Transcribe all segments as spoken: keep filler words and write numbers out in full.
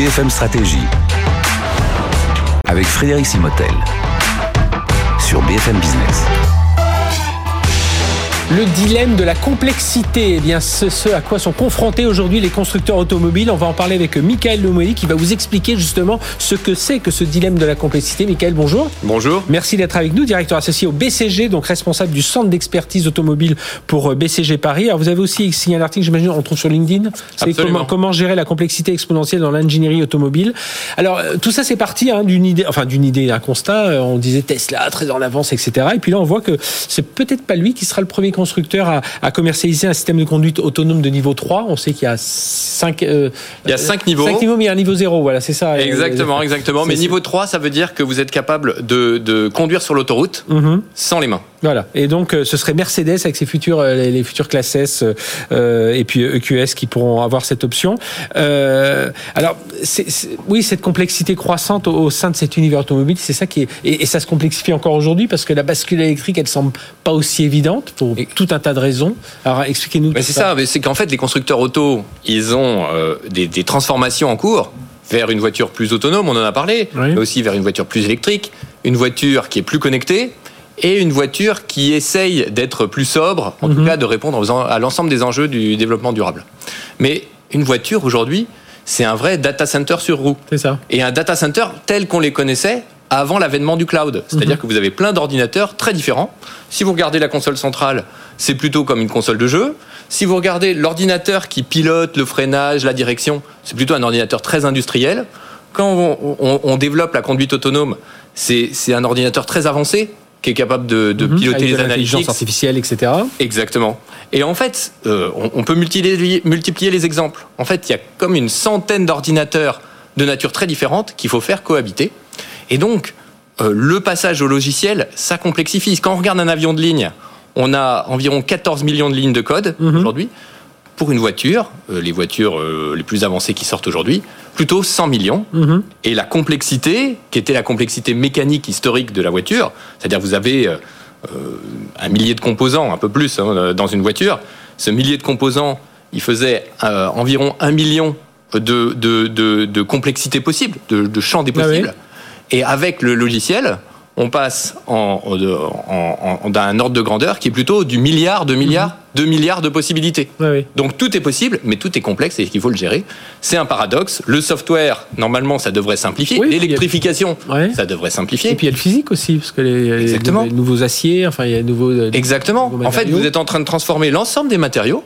B F M Stratégie avec Frédéric Simotel sur B F M Business. Le dilemme de la complexité, eh bien, c'est ce à quoi sont confrontés aujourd'hui les constructeurs automobiles. On va en parler avec Michael Lemoyne qui va vous expliquer justement ce que c'est que ce dilemme de la complexité. Michael, bonjour. Bonjour. Merci d'être avec nous, directeur associé au B C G, donc responsable du centre d'expertise automobile pour B C G Paris. Alors vous avez aussi signé un article, j'imagine, on trouve sur LinkedIn. C'est comment, comment gérer la complexité exponentielle dans l'ingénierie automobile. Alors tout ça, c'est parti hein, d'une idée, enfin d'une idée, d'un constat. On disait Tesla très en avance, et cetera. Et puis là, on voit que c'est peut-être pas lui qui sera le premier constructeur à, à commercialiser un système de conduite autonome de niveau trois. On sait qu'il y a cinq, euh, il y a cinq niveaux. cinq niveaux, mais il y a un niveau zéro, voilà, c'est ça. Exactement, euh, exactement. Mais c'est, niveau trois, ça veut dire que vous êtes capable de, de conduire sur l'autoroute mm-hmm. sans les mains. Voilà. Et donc, ce serait Mercedes avec ses futurs, les, les futures classes S euh, et puis E Q S qui pourront avoir cette option. Euh, alors, c'est, c'est, oui, cette complexité croissante au, au sein de cet univers automobile, c'est ça qui est, et, et ça se complexifie encore aujourd'hui parce que la bascule électrique, elle semble pas aussi évidente pour et, tout un tas de raisons. Alors, expliquez-nous. Mais c'est ça. ça mais c'est qu'en fait, les constructeurs auto, ils ont euh, des, des transformations en cours vers une voiture plus autonome, on en a parlé, oui. mais aussi vers une voiture plus électrique, une voiture qui est plus connectée. Et une voiture qui essaye d'être plus sobre, en mmh. tout cas de répondre aux, à l'ensemble des enjeux du développement durable. Mais une voiture, aujourd'hui, c'est un vrai data center sur roue. C'est ça. Et un data center tel qu'on les connaissait avant l'avènement du cloud. C'est-à-dire mmh. que vous avez plein d'ordinateurs très différents. Si vous regardez la console centrale, c'est plutôt comme une console de jeu. Si vous regardez l'ordinateur qui pilote le freinage, la direction, c'est plutôt un ordinateur très industriel. Quand on, on, on développe la conduite autonome, c'est, c'est un ordinateur très avancé, qui est capable de, de mmh, piloter les analytics. L'intelligence artificielle, et cetera. Exactement. Et en fait, euh, on, on peut multiplier, multiplier les exemples. En fait, il y a comme une centaine d'ordinateurs de nature très différente qu'il faut faire cohabiter. Et donc, euh, le passage au logiciel, ça complexifie. Quand on regarde un avion de ligne, on a environ quatorze millions de lignes de code mmh. aujourd'hui. Pour une voiture, euh, les voitures euh, les plus avancées qui sortent aujourd'hui, plutôt cent millions. Mmh. Et la complexité, qui était la complexité mécanique historique de la voiture, c'est-à-dire vous avez euh, un millier de composants, un peu plus, hein, dans une voiture. Ce millier de composants, il faisait euh, environ un million de, de, de, de complexité possible, de, de champs des possibles. Ah oui. Et avec le logiciel, on passe en, en, en, d'un ordre de grandeur qui est plutôt du milliard, de milliards, mmh. de milliards de possibilités. Oui, oui. Donc tout est possible, mais tout est complexe et il faut le gérer. C'est un paradoxe. Le software, normalement, ça devrait simplifier. Oui, l'électrification, a... ouais. ça devrait simplifier. Et puis il y a le physique aussi, parce que les, les, les nouveaux aciers, enfin il y a de nouveaux. Exactement. Nouveaux en fait, vous êtes en train de transformer l'ensemble des matériaux.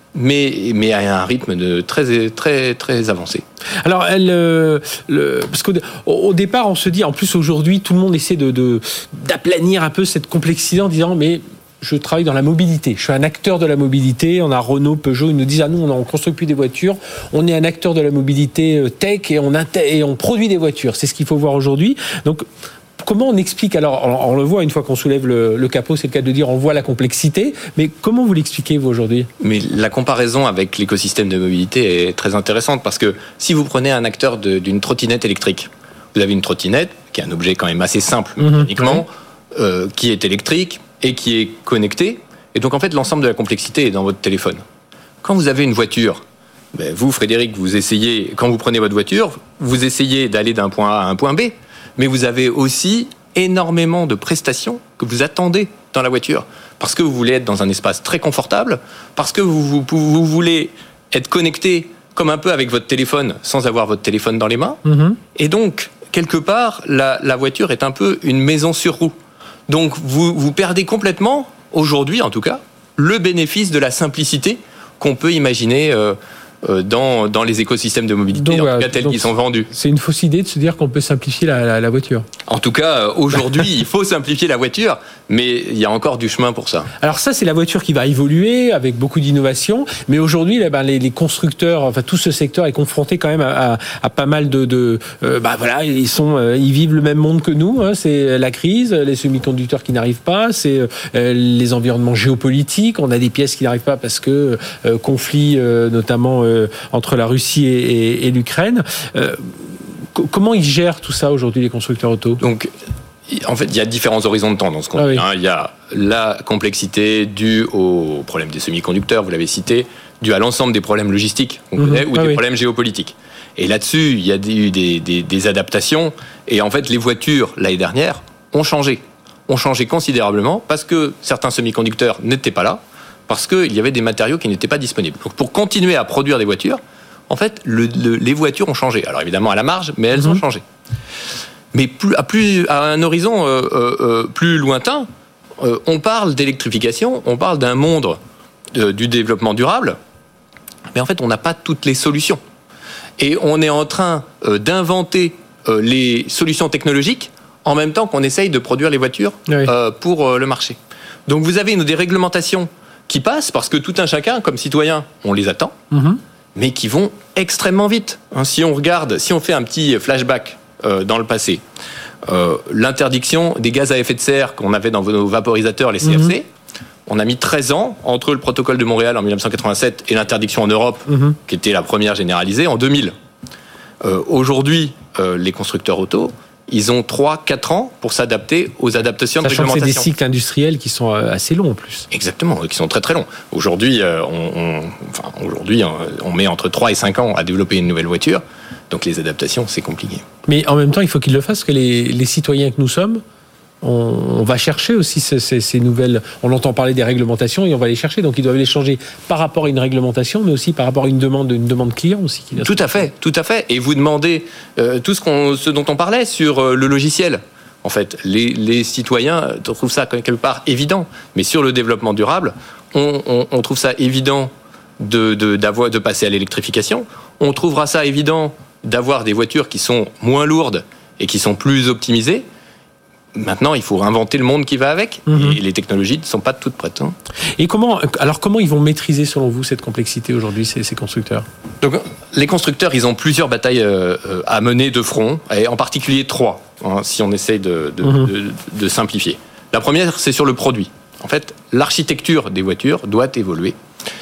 Mais, mais à un rythme de très, très, très avancé. Alors, elle, euh, le, parce qu'au au départ, on se dit, en plus aujourd'hui, tout le monde essaie de, de, d'aplanir un peu cette complexité en disant, mais je travaille dans la mobilité, je suis un acteur de la mobilité. On a Renault, Peugeot, ils nous disent, ah nous, on ne construit plus des voitures, on est un acteur de la mobilité tech et on, et on produit des voitures. C'est ce qu'il faut voir aujourd'hui. Donc, comment on explique, alors on, on le voit une fois qu'on soulève le, le capot, c'est le cas de dire, on voit la complexité, mais comment vous l'expliquez vous aujourd'hui ? Mais la comparaison avec l'écosystème de mobilité est très intéressante parce que si vous prenez un acteur de, d'une trottinette électrique, vous avez une trottinette qui est un objet quand même assez simple mécaniquement, mmh, euh, qui est électrique et qui est connecté, et donc en fait l'ensemble de la complexité est dans votre téléphone. Quand vous avez une voiture, ben vous Frédéric, vous essayez, quand vous prenez votre voiture, vous essayez d'aller d'un point A à un point B, mais vous avez aussi énormément de prestations que vous attendez dans la voiture. Parce que vous voulez être dans un espace très confortable, parce que vous, vous, vous voulez être connecté comme un peu avec votre téléphone, sans avoir votre téléphone dans les mains. Mmh. Et donc, quelque part, la, la voiture est un peu une maison sur roue. Donc, vous, vous perdez complètement, aujourd'hui en tout cas, le bénéfice de la simplicité qu'on peut imaginer euh, Dans, dans les écosystèmes de mobilité, donc, en tout cas tels qu'ils sont vendus. C'est une fausse idée de se dire qu'on peut simplifier la, la, la voiture. En tout cas, aujourd'hui, il faut simplifier la voiture, mais il y a encore du chemin pour ça. Alors ça, c'est la voiture qui va évoluer avec beaucoup d'innovation, mais aujourd'hui, là, ben, les, les constructeurs, enfin tout ce secteur est confronté quand même à, à, à pas mal de, de euh, bah voilà, ils sont, euh, ils vivent le même monde que nous. Hein, c'est la crise, les semi-conducteurs qui n'arrivent pas, c'est euh, les environnements géopolitiques. On a des pièces qui n'arrivent pas parce que euh, conflits, euh, notamment euh, entre la Russie et, et, et l'Ukraine. Euh, comment ils gèrent tout ça aujourd'hui, les constructeurs auto ? Donc, en fait, il y a différents horizons de temps dans ce qu'on dit. Ah oui. Il y a la complexité due au problème des semi-conducteurs, vous l'avez cité, due à l'ensemble des problèmes logistiques qu'on connaît, mmh. ou ah des oui. problèmes géopolitiques. Et là-dessus, il y a eu des, des, des adaptations. Et en fait, les voitures, l'année dernière, ont changé. Ont changé considérablement parce que certains semi-conducteurs n'étaient pas là, parce qu'il y avait des matériaux qui n'étaient pas disponibles. Donc, pour continuer à produire des voitures, en fait, le, le, les voitures ont changé. Alors, évidemment, à la marge, mais elles mmh. ont changé. Mais plus, à, plus, à un horizon euh, euh, plus lointain, euh, on parle d'électrification, on parle d'un monde de, du développement durable, mais en fait, on n'a pas toutes les solutions. Et on est en train euh, d'inventer euh, les solutions technologiques en même temps qu'on essaye de produire les voitures oui. euh, pour euh, le marché. Donc vous avez une, des réglementations qui passent parce que tout un chacun, comme citoyen, on les attend, mm-hmm. mais qui vont extrêmement vite. Hein, si on regarde, si on fait un petit flashback euh, dans le passé, euh, l'interdiction des gaz à effet de serre qu'on avait dans nos vaporisateurs, les C F C, mm-hmm. on a mis treize ans entre le protocole de Montréal en dix-neuf cent quatre-vingt-sept et l'interdiction en Europe, mmh. qui était la première généralisée, en deux mille. Euh, aujourd'hui, euh, les constructeurs auto, ils ont trois à quatre ans pour s'adapter aux adaptations Sachant de réglementation. Que c'est des cycles industriels qui sont assez longs en plus. Exactement, qui sont très très longs. Aujourd'hui, euh, on, on, enfin, aujourd'hui, on met entre trois et cinq ans à développer une nouvelle voiture, donc les adaptations, c'est compliqué. Mais en même temps, il faut qu'ils le fassent, parce que les, les citoyens que nous sommes, on va chercher aussi ces, ces, ces nouvelles... On entend parler des réglementations et on va les chercher. Donc, ils doivent les changer par rapport à une réglementation, mais aussi par rapport à une demande, une demande client aussi. Qui tout à fait, tout à fait. Et vous demandez euh, tout ce, qu'on, ce dont on parlait sur euh, le logiciel. En fait, les, les citoyens trouvent ça quelque part évident. Mais sur le développement durable, on, on, on trouve ça évident de, de, d'avoir, de passer à l'électrification. On trouvera ça évident d'avoir des voitures qui sont moins lourdes et qui sont plus optimisées. Maintenant, il faut réinventer le monde qui va avec, mmh. et les technologies ne sont pas toutes prêtes. Hein. Et comment, alors, comment ils vont maîtriser, selon vous, cette complexité aujourd'hui, ces, ces constructeurs ? Donc, les constructeurs, ils ont plusieurs batailles euh, à mener de front, et en particulier trois, hein, si on essaye de, de, mmh. de, de simplifier. La première, c'est sur le produit. En fait, l'architecture des voitures doit évoluer,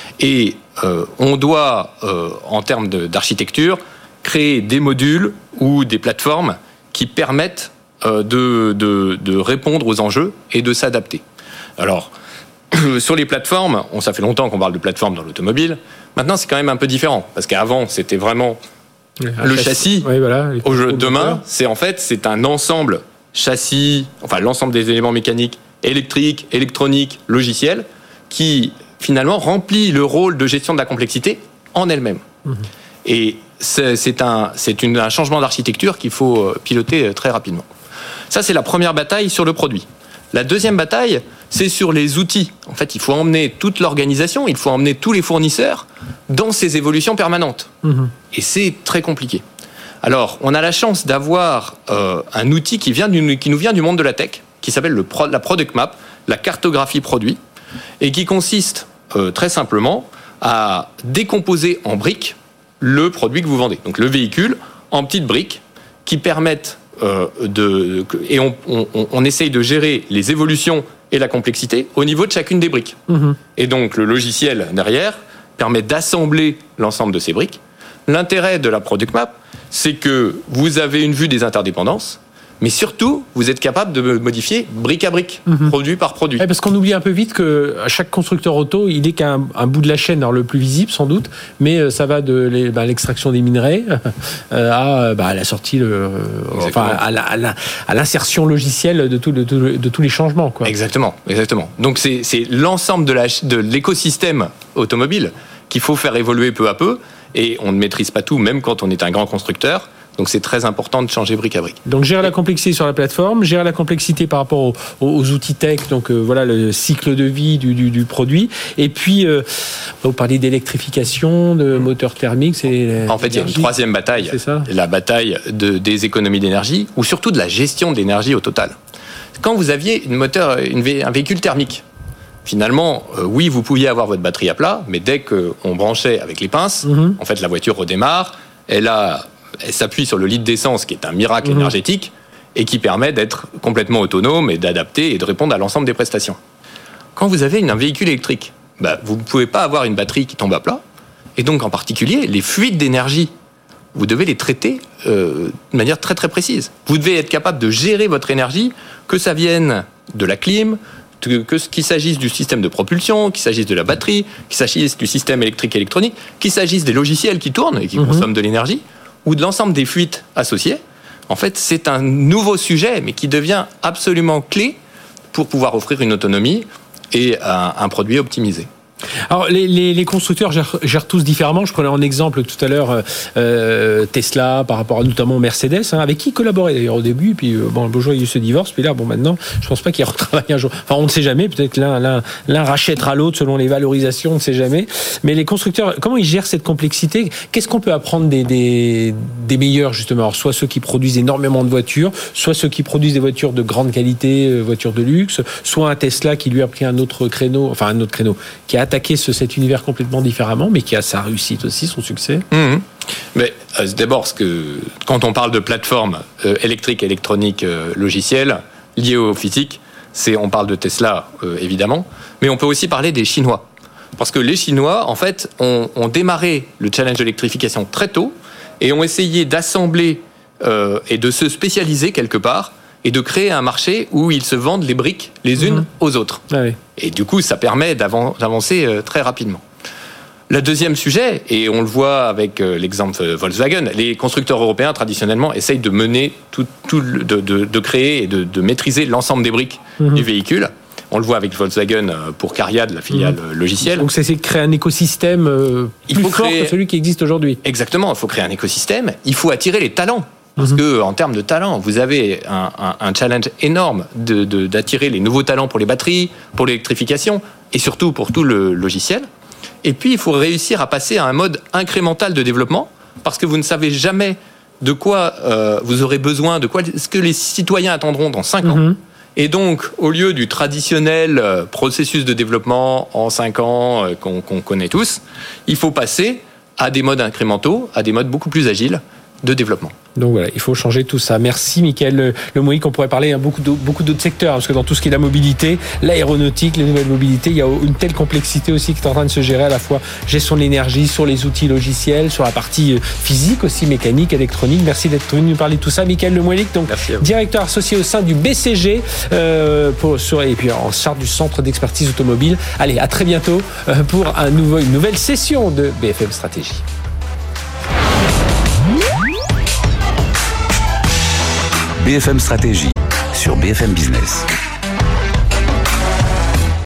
et euh, on doit, euh, en termes de, d'architecture, créer des modules ou des plateformes qui permettent De, de, de répondre aux enjeux et de s'adapter. Alors, sur les plateformes, on, ça fait longtemps qu'on parle de plateformes dans l'automobile. Maintenant, c'est quand même un peu différent, parce qu'avant, c'était vraiment oui, le châssis. châssis. Oui, voilà, Au jeu, demain, c'est en fait, c'est un ensemble châssis, enfin l'ensemble des éléments mécaniques, électriques, électroniques, logiciels, qui finalement remplit le rôle de gestion de la complexité en elle-même. Mmh. Et c'est, c'est, un, c'est une, un changement d'architecture qu'il faut piloter très rapidement. Ça, c'est la première bataille sur le produit. La deuxième bataille, c'est sur les outils. En fait, il faut emmener toute l'organisation, il faut emmener tous les fournisseurs dans ces évolutions permanentes. Mmh. Et c'est très compliqué. Alors, on a la chance d'avoir euh, un outil qui, vient du, qui nous vient du monde de la tech, qui s'appelle le pro, la Product Map, la cartographie produit, et qui consiste euh, très simplement à décomposer en briques le produit que vous vendez. Donc, le véhicule en petites briques qui permettent Euh, de, et on, on, on essaye de gérer les évolutions et la complexité au niveau de chacune des briques. Mmh. Et donc le logiciel derrière permet d'assembler l'ensemble de ces briques. L'intérêt de la Product Map, c'est que vous avez une vue des interdépendances, mais surtout, vous êtes capable de modifier brique à brique, mmh. produit par produit. Ouais, parce qu'on oublie un peu vite que chaque constructeur auto, il n'est qu'un un bout de la chaîne, alors le plus visible sans doute, mais ça va de les, bah, l'extraction des minerais à, bah, à la sortie, le, enfin à, la, à, la, à l'insertion logicielle de, tout, de, de, de tous les changements, quoi. Exactement, exactement. Donc c'est, c'est l'ensemble de, la, de l'écosystème automobile qu'il faut faire évoluer peu à peu, et on ne maîtrise pas tout, même quand on est un grand constructeur. Donc c'est très important de changer brique à brique. Donc gérer la complexité sur la plateforme, gérer la complexité par rapport aux, aux outils tech, donc euh, voilà le cycle de vie du, du, du produit. Et puis, euh, vous parlez d'électrification, de moteurs thermiques. C'est en fait, il y a une troisième bataille, c'est ça, la bataille de, des économies d'énergie, ou surtout de la gestion de l'énergie au total. Quand vous aviez une moteur, une, un véhicule thermique, finalement, euh, oui, vous pouviez avoir votre batterie à plat, mais dès qu'on branchait avec les pinces, mm-hmm. en fait, la voiture redémarre, elle a... Elle s'appuie sur le litre d'essence, qui est un miracle mmh. énergétique, et qui permet d'être complètement autonome et d'adapter et de répondre à l'ensemble des prestations. Quand vous avez un véhicule électrique, bah, vous ne pouvez pas avoir une batterie qui tombe à plat, et donc en particulier, les fuites d'énergie, vous devez les traiter euh, de manière très très précise. Vous devez être capable de gérer votre énergie, que ça vienne de la clim, que, que, qu'il s'agisse du système de propulsion, qu'il s'agisse de la batterie, qu'il s'agisse du système électrique et électronique, qu'il s'agisse des logiciels qui tournent et qui mmh. consomment de l'énergie. ou de l'ensemble des fuites associées, en fait, c'est un nouveau sujet, mais qui devient absolument clé pour pouvoir offrir une autonomie et un, un produit optimisé. Alors les, les, les constructeurs gèrent, gèrent tous différemment. Je prenais en exemple tout à l'heure euh, Tesla par rapport à notamment Mercedes, hein, avec qui ils collaboraient d'ailleurs au début. Puis euh, bon, bonjour, il y a eu ce divorce. Puis là, bon, maintenant, je pense pas qu'ils retravaillent un jour. Enfin, on ne sait jamais. Peut-être que l'un, l'un, l'un rachètera l'autre selon les valorisations. On ne sait jamais. Mais les constructeurs, comment ils gèrent cette complexité? Qu'est-ce qu'on peut apprendre des, des, des meilleurs justement? Alors, soit ceux qui produisent énormément de voitures, soit ceux qui produisent des voitures de grande qualité, euh, voitures de luxe, soit un Tesla qui lui a pris un autre créneau, enfin un autre créneau, qui a attaquer ce, cet univers complètement différemment, mais qui a sa réussite aussi, son succès. Mmh. Mais euh, d'abord, ce que, quand on parle de plateforme euh, électrique, électronique, euh, logicielle liée au physique, c'est, on parle de Tesla euh, évidemment, mais on peut aussi parler des Chinois. Parce que les Chinois, en fait, ont, ont démarré le challenge de l'électrification très tôt et ont essayé d'assembler euh, et de se spécialiser quelque part et de créer un marché où ils se vendent les briques les unes mmh. aux autres. Ah oui. Et du coup, ça permet d'avancer très rapidement. Le deuxième sujet, et on le voit avec l'exemple Volkswagen, les constructeurs européens, traditionnellement, essayent de mener, tout, tout, de, de, de créer et de, de maîtriser l'ensemble des briques mmh. du véhicule. On le voit avec Volkswagen pour Cariad, la filiale mmh. logicielle. Donc, c'est de créer un écosystème plus il faut fort créer... que celui qui existe aujourd'hui. Exactement, il faut créer un écosystème. Il faut attirer les talents. Parce que, en termes de talent, vous avez un, un, un challenge énorme de, de, d'attirer les nouveaux talents pour les batteries, pour l'électrification et surtout pour tout le logiciel. Et puis, il faut réussir à passer à un mode incrémental de développement parce que vous ne savez jamais de quoi euh, vous aurez besoin, de quoi ce que les citoyens attendront dans cinq ans. Mm-hmm. Et donc, au lieu du traditionnel processus de développement en cinq ans euh, qu'on, qu'on connaît tous, il faut passer à des modes incrémentaux, à des modes beaucoup plus agiles de développement. Donc voilà, il faut changer tout ça. Merci Mickaël Lemoynic. On pourrait parler hein, beaucoup, d'autres, beaucoup d'autres secteurs, parce que dans tout ce qui est la mobilité, l'aéronautique, les nouvelles mobilités, il y a une telle complexité aussi qui est en train de se gérer, à la fois gestion de l'énergie, sur les outils logiciels, sur la partie physique aussi, mécanique, électronique. Merci d'être venu nous parler de tout ça. Mickaël Lemoynic, donc directeur associé au sein du B C G, euh, pour, sur, et puis en charge du centre d'expertise automobile. Allez, à très bientôt euh, pour un nouveau, une nouvelle session de B F M Stratégie. B F M Stratégie sur B F M Business.